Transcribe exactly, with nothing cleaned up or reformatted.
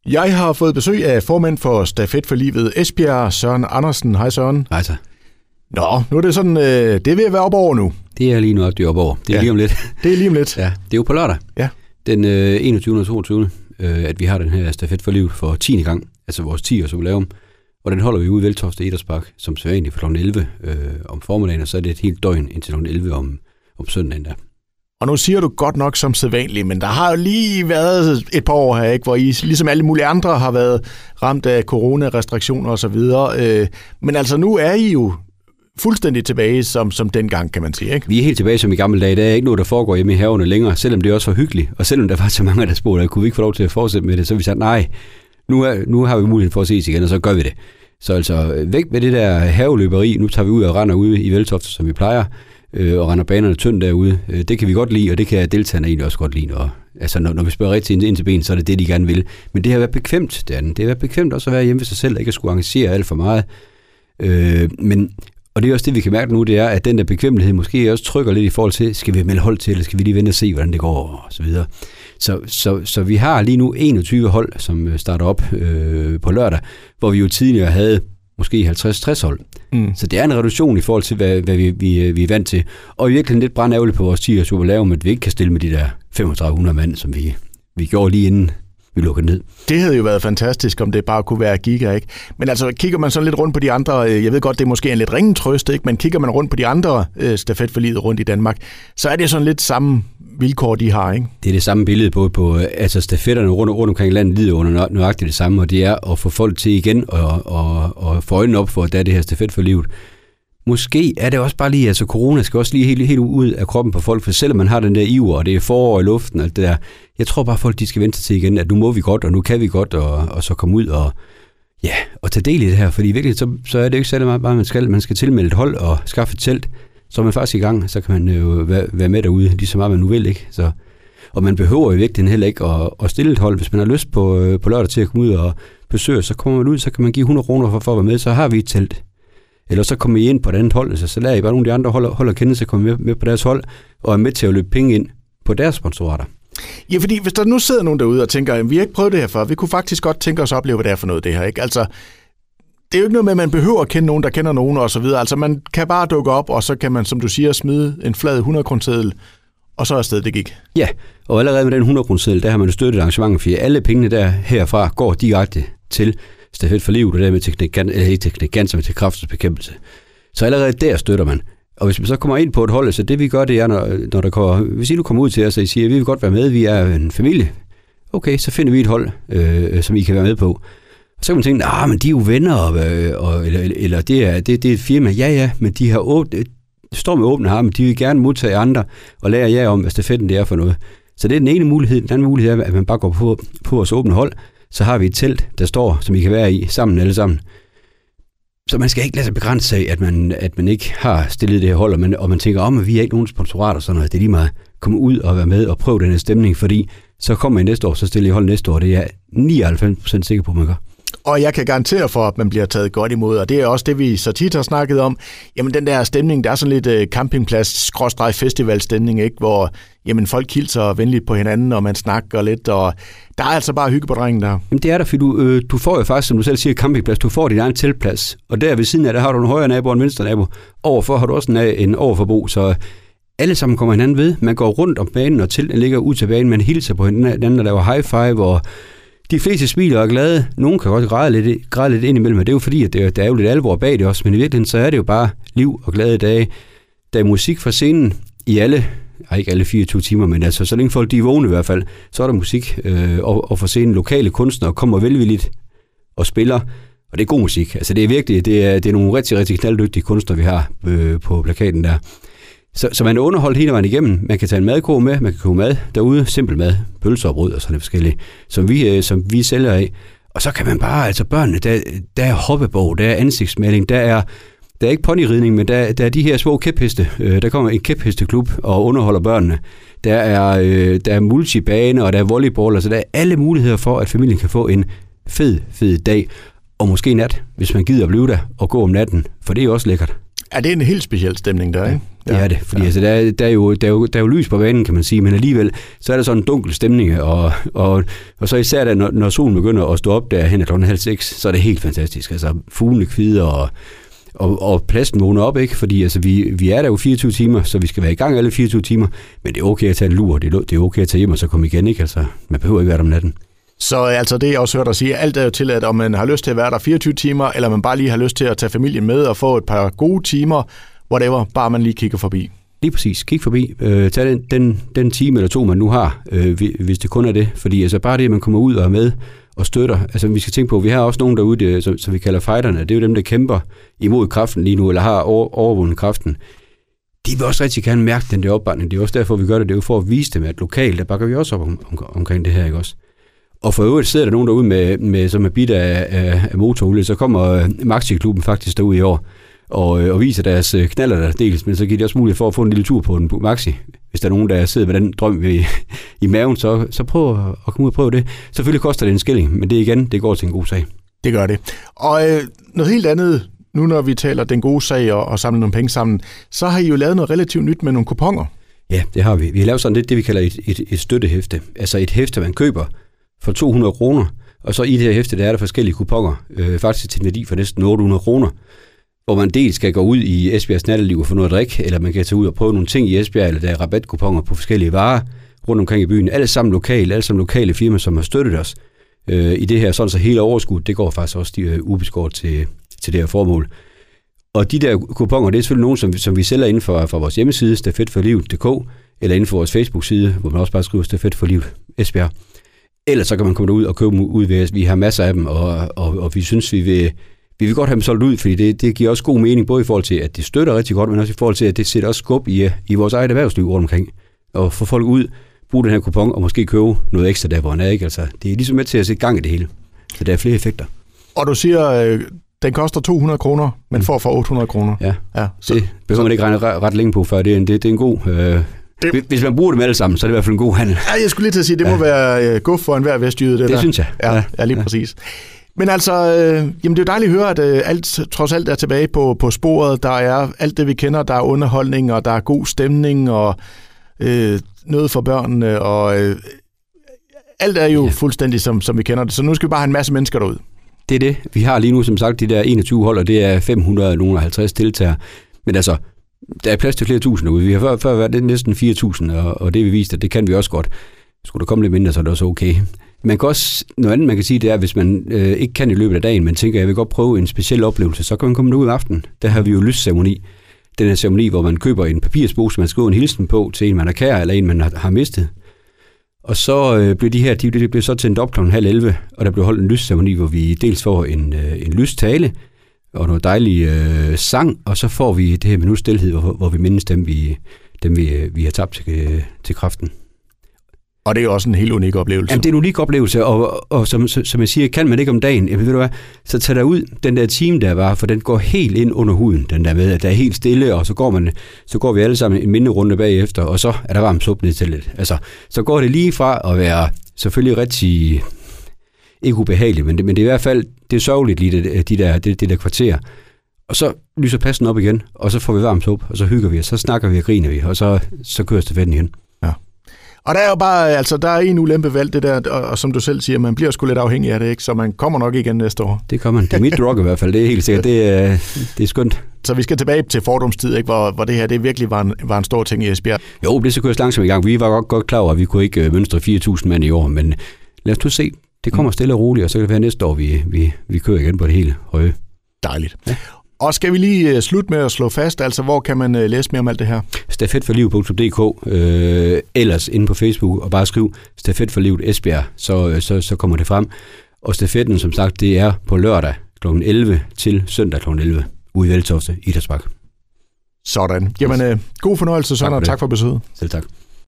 Jeg har fået besøg af formand for Stafet for Livet Esbjerg, Søren Andersen. Hej Søren. Hej så. Nå, nu er det sådan, øh, det er ved at være op over nu. Det er lige nu, det er op over. Det er ja, lige om lidt. Det er lige om lidt. Ja, det er jo på lørdag. Ja. Den øh, enogtyvende og toogtyvende Øh, at vi har den her Stafet for Livet for tiende gang, altså vores ti års jubilæum. Og den holder vi ude i Veltofte Idrætspark, som sædvanligt fra klokken elleve øh, om formiddagen, og så er det et helt døgn indtil klokken elleve om, om søndagen der. Og nu siger du godt nok som sædvanligt, men der har jo lige været et par år her, ikke, hvor I, ligesom alle mulige andre, har været ramt af coronarestriktioner osv. Øh, men altså nu er I jo fuldstændig tilbage som, som dengang, kan man sige, ikke? Vi er helt tilbage som i gamle dage. Der er ikke noget, der foregår hjemme i haverne længere, selvom det også var hyggeligt. Og selvom der var så mange, der spurgte, kunne vi ikke få lov til at fortsætte med det, så vi sagde, nej, nu, er, nu har vi mulighed for at ses igen, og så gør vi det. Så altså væk med det der haveløberi. Nu tager vi ud og render ude i Veltofte, som vi plejer, øh, og render banerne tyndt derude. Øh, det kan vi godt lide, og det kan deltagerne egentlig også godt lide. Og, altså når, når vi spørger rigtig ind til ben, så er det det, de gerne vil. Men det har været bekvemt, det er det. Det har været bekvemt også at være hjemme ved sig selv, og ikke at skulle engagere alt for meget. Øh, men Og det er også det, vi kan mærke nu, det er, at den der bekvemmelighed måske også trykker lidt i forhold til, skal vi melde hold til, eller skal vi lige vente og se, hvordan det går, og så videre. Så, så, så vi har lige nu enogtyve hold, som starter op øh, på lørdag, hvor vi jo tidligere havde måske halvtreds til tres hold. Mm. Så det er en reduktion i forhold til, hvad, hvad vi, vi, vi er vant til. Og i virkeligheden lidt brandærgerligt på vores ti års jubilæum, at vi ikke kan stille med de der femogtredive hundrede mand, som vi, vi gjorde lige inden vi lukker ned. Det havde jo været fantastisk, om det bare kunne være giga, ikke? Men altså, kigger man så lidt rundt på de andre, jeg ved godt, det er måske en lidt ringe trøst, ikke? Men kigger man rundt på de andre øh, Stafet for Livet rundt i Danmark, så er det sådan lidt samme vilkår, de har, ikke? Det er det samme billede både på, altså stafetterne rundt, rundt omkring landet lider under nøjagtigt det samme, og det er at få folk til igen og, og, og få øjnene op for, at der er det her Stafet for Livet. Måske er det også bare lige, altså corona skal også lige helt, helt ud af kroppen på folk, for selvom man har den der iver, og det er forår i luften, og det der, jeg tror bare folk, de skal vente til igen, at nu må vi godt, og nu kan vi godt, og, og så komme ud og, ja, og tage del i det her, fordi virkelig, så, så er det ikke særlig meget, bare man skal, man skal tilmelde et hold og skaffe et telt, så er man faktisk i gang, så kan man jo være, være med derude, lige så meget man nu vil, ikke? Så, og man behøver i virkeligheden heller ikke at, at stille et hold, hvis man har lyst på, på lørdag til at komme ud og besøge, så kommer man ud, så kan man give hundrede kroner for, for at være med, så har vi et telt. Eller så kommer I ind på et andet hold, så, så lader I bare nogle af de andre hold, hold at kende sig, komme med, med på deres hold, og er med til at løbe penge ind på deres sponsorater. Ja, fordi hvis der nu sidder nogen derude og tænker, vi har ikke prøvet det her før, vi kunne faktisk godt tænke os at opleve, hvad det er for noget, det her, ikke? Altså, det er jo ikke noget med, at man behøver at kende nogen, der kender nogen og så videre. Altså, man kan bare dukke op, og så kan man, som du siger, smide en flad hundrede kroneseddel, og så er afsted det gik. Ja, og allerede med den hundrede kroneseddel, der har man støttet arrangementet, for alle pengene der herfra går direkte til Stafet for Livet, og dermed til knækcancer med til kræftens bekæmpelse. Så allerede der støtter man. Og hvis man så kommer ind på et hold, så det vi gør, det er, når, når der kommer, hvis I nu kommer ud til os, og I siger, at vi vil godt være med, vi er en familie, okay, så finder vi et hold, øh, som I kan være med på. Og så kan man tænke, nej, men de er jo venner, og, og, eller, eller det, er, det, det er et firma. Ja, ja, men de har åbent, står med åbne arme, de vil gerne modtage andre, og lære jer om, hvad stafetten det er for noget. Så det er den ene mulighed. Den anden mulighed er, at man bare går på, på vores åbne hold, så har vi et telt, der står, som I kan være i, sammen alle sammen. Så man skal ikke lade sig begrænse af, at man, at man ikke har stillet det her hold, og man, og man tænker om, at vi er ikke nogen sponsorater og sådan noget. Det er lige meget at komme ud og være med og prøve den her stemning, fordi så kommer I næste år, så stiller I hold næste år, det er jeg nioghalvfems procent sikker på, man gør. Og jeg kan garantere for, at man bliver taget godt imod, og det er også det, vi så tit har snakket om. Jamen den der stemning, der er sådan lidt campingplads-festivalstemning, ikke? Hvor jamen, folk hilser venligt på hinanden, og man snakker lidt, og der er altså bare hygge på drengen der. Jamen det er der, fordi du, øh, du får jo faktisk, som du selv siger, campingplads, du får din egen teltplads, og der ved siden af, der har du en højre nabo og en venstre nabo. Overfor har du også en, en overforbrug, så alle sammen kommer hinanden ved. Man går rundt om banen, og telten ligger ud til banen, man hilser på hinanden og laver high five, og de fleste smiler og er glade. Nogle kan godt græde lidt, græde lidt ind imellem, og det er jo fordi, at det, der er jo lidt alvor bag det også, men i virkeligheden så er det jo bare liv og glade dage. Der er musik fra scenen i alle, ej, ikke alle fireogtyve timer, men altså så længe folk de er vågne i hvert fald, så er der musik, øh, og, og fra scenen lokale kunstnere kommer velvilligt og spiller, og det er god musik. Altså det er virkelig, det er, det er nogle rigtig, rigtig knalddygtige kunstnere, vi har øh, på plakaten der. Så, så man er underholdt hele vejen igennem. Man kan tage en madkurv med, man kan købe mad derude, simpel mad, pølser og brød og sådan noget forskellige, som vi, som vi sælger af. Og så kan man bare, altså børnene, der, der er hoppebog, der er ansigtsmaling, der er, der er ikke ponyridning, men der, der er de her små kæpheste. Der kommer en kæphesteklub og underholder børnene. Der er, der er multibane, og der er volleyball, altså der er alle muligheder for, at familien kan få en fed, fed dag, og måske nat, hvis man gider at blive der og gå om natten, for det er også lækkert. Ja, det er en helt speciel stemning der, ikke? det er det. Fordi ja. altså, der, er, der, er jo, der, er jo, der er jo lys på banen, kan man sige, men alligevel, så er der sådan en dunkel stemning, og, og, og så især der, når, når solen begynder at stå op der hen ad klokken halv seks, så er det helt fantastisk. Altså, fuglene kvider, og, og, og pladsen vågner op, ikke? Fordi altså, vi, vi er der jo fireogtyve timer, så vi skal være i gang alle fireogtyve timer, men det er okay at tage en lur, det er, det er okay at tage hjem og så komme igen, ikke? Altså, man behøver ikke være der om natten. Så altså det, jeg også hørt dig sige, alt er jo tilladt, om man har lyst til at være der fireogtyve timer, eller man bare lige har lyst til at tage familien med og få et par gode timer, whatever, bare man lige kigger forbi. Lige præcis. Kig forbi. Øh, tag den, den, den time eller to, man nu har, øh, hvis det kun er det. Fordi altså bare det, at man kommer ud og er med og støtter. Altså vi skal tænke på, vi har også nogen derude, det, som, som vi kalder fighterne. Det er jo dem, der kæmper imod kræften lige nu, eller har over, overvundet kræften. De vil også rigtig gerne mærke den der opbakning. Det er også derfor, vi gør det. Det er jo for at vise dem, at lokalt, der bakker vi også op om, om, omkring det her, ikke også? Og for øvrigt sidder der nogen derude, med, med, som er bidt af, af, af motorolie, så kommer Maxi-klubben faktisk derude i år og, og viser deres knaller der dels, men så giver de også mulighed for at få en lille tur på en Maxi. Hvis der er nogen, der sidder med den drøm i, i maven, så, så prøv at komme ud og prøve det. Selvfølgelig koster det en skilling, men det igen, det går til en god sag. Det gør det. Og øh, noget helt andet, nu når vi taler den gode sag og, og samler nogle penge sammen, så har I jo lavet noget relativt nyt med nogle kuponer. Ja, det har vi. Vi har lavet sådan lidt det, vi kalder et, et, et støttehæfte. Altså et hæfte, man køber for to hundrede kroner, og så i det her hæfte, der er der forskellige kuponer, øh, faktisk til en værdi for næsten otte hundrede kroner, hvor man dels skal gå ud i Esbjergs natteliv og få noget at drikke, eller man kan tage ud og prøve nogle ting i Esbjerg, eller der er rabatkuponer på forskellige varer rundt omkring i byen. Alle sammen lokale, alle sammen lokale firmaer, som har støttet os øh, i det her, sådan så hele overskuddet, det går faktisk også de, øh, ubeskåret til, til det her formål. Og de der kuponer, det er selvfølgelig nogle, som, som vi sælger inden for, for vores hjemmeside, stafet for livet punktum d k, eller inden for vores Facebook-side, hvor man også bare skriver Stafet for livet Esbjerg. Ellers så kan man komme ud og købe dem ud ved os. Vi har masser af dem, og, og, og vi synes, vi vil, vi vil godt have dem solgt ud, fordi det, det giver også god mening, både i forhold til, at det støtter rigtig godt, men også i forhold til, at det sætter også skub i, i vores eget erhvervsliv rundt omkring. Og få folk ud, bruge den her kupon, og måske købe noget ekstra der, hvor han er, ikke? Altså, det er ligesom med til at sætte gang i det hele. Så der er flere effekter. Og du siger, øh, den koster to hundrede kroner, men får for otte hundrede kroner. Ja, ja så, det behøver man ikke regne ret, ret længe på, for det er en, det, det er en god... Øh, Det, Hvis man bruger dem alle sammen, så er det i hvert fald en god handel. Ja, jeg skulle lige til at sige, det ja. må være uh, guf for enhver vestjyde. Det, det der. synes jeg. Ja, ja, ja lige ja. præcis. Men altså, øh, jamen det er jo dejligt at høre, at øh, alt trods alt er tilbage på, på sporet. Der er alt det, vi kender. Der er underholdning, og der er god stemning, og øh, noget for børnene, og øh, alt er jo ja. fuldstændig, som, som vi kender det. Så nu skal vi bare have en masse mennesker derud. Det er det. Vi har lige nu, som sagt, de der enogtyve hold, og det er fem hundrede og halvtreds deltagere. Men altså, der er plads til flere tusind ude. Vi har før, før været næsten fire tusind, og, og det vi vist, at det kan vi også godt. Skulle der komme lidt mindre, så er det også okay. Man kan også, noget andet man kan sige, det er, hvis man øh, ikke kan i løbet af dagen, men tænker, jeg vil godt prøve en speciel oplevelse, så kan man komme ud i aften. Der har vi jo lysceremoni. Den her ceremoni, hvor man køber en papirspose, man skriver en hilsen på til en, man er kær, eller en, man har, har mistet. Og så øh, bliver de her, de, de bliver så tændt op klokken halv elleve, og der bliver holdt en lysceremoni, hvor vi dels får en, øh, en lystale, og noget dejlig øh, sang, og så får vi det her minut stilhed, hvor, hvor vi mindes dem, vi, dem vi, vi har tabt til, til kræften. Og det er også en helt unik oplevelse. Jamen, det er en unik oplevelse, og, og som, som jeg siger, kan man ikke om dagen, jamen, ved du hvad, så tag der ud, den der time der var, for den går helt ind under huden, den der med, at der er helt stille, og så går, man, så går vi alle sammen en mindre runde bagefter, og så er der varmt suppe ned til lidt. Altså, så går det lige fra at være selvfølgelig rigtig, ikke ubehageligt, men det, men det er i hvert fald, det er sørgeligt lige, det, de der, det, det der kvarter. Og så lyser pladsen op igen, og så får vi varmt suppe, og så hygger vi, og så snakker vi og griner vi, og så, så kører stafetten igen. Ja. Og der er jo bare, altså der er en ulempe valg det der, og, og som du selv siger, man bliver sgu lidt afhængig af det, ikke? Så man kommer nok igen næste år. Det kommer man. Det er mit drug i hvert fald, det er helt sikkert. Det er, det er skønt. Så vi skal tilbage til fordomstid, ikke? Hvor, hvor det her det virkelig var en, var en stor ting i Esbjerg. Jo, det så køres langsomt i gang. Vi var godt, godt klar over, at vi kunne ikke mønstre fire tusind mand i år, men lad os nu se. Det kommer stille og roligt, og så kan det være næste år, vi, vi, vi kører igen på det hele høje. Dejligt. Ja. Og skal vi lige slutte med at slå fast, altså hvor kan man læse mere om alt det her? stafet for livet punktum d k, øh, ellers inde på Facebook, og bare skriv Stafet for livet Esbjerg, så, så, så kommer det frem. Og stafetten, som sagt, det er på lørdag klokken elleve til søndag klokken elleve, ude i Veltofte, Idrætspark. Sådan. Jamen, øh, god fornøjelse, Søren, og tak for besøget. Selv tak.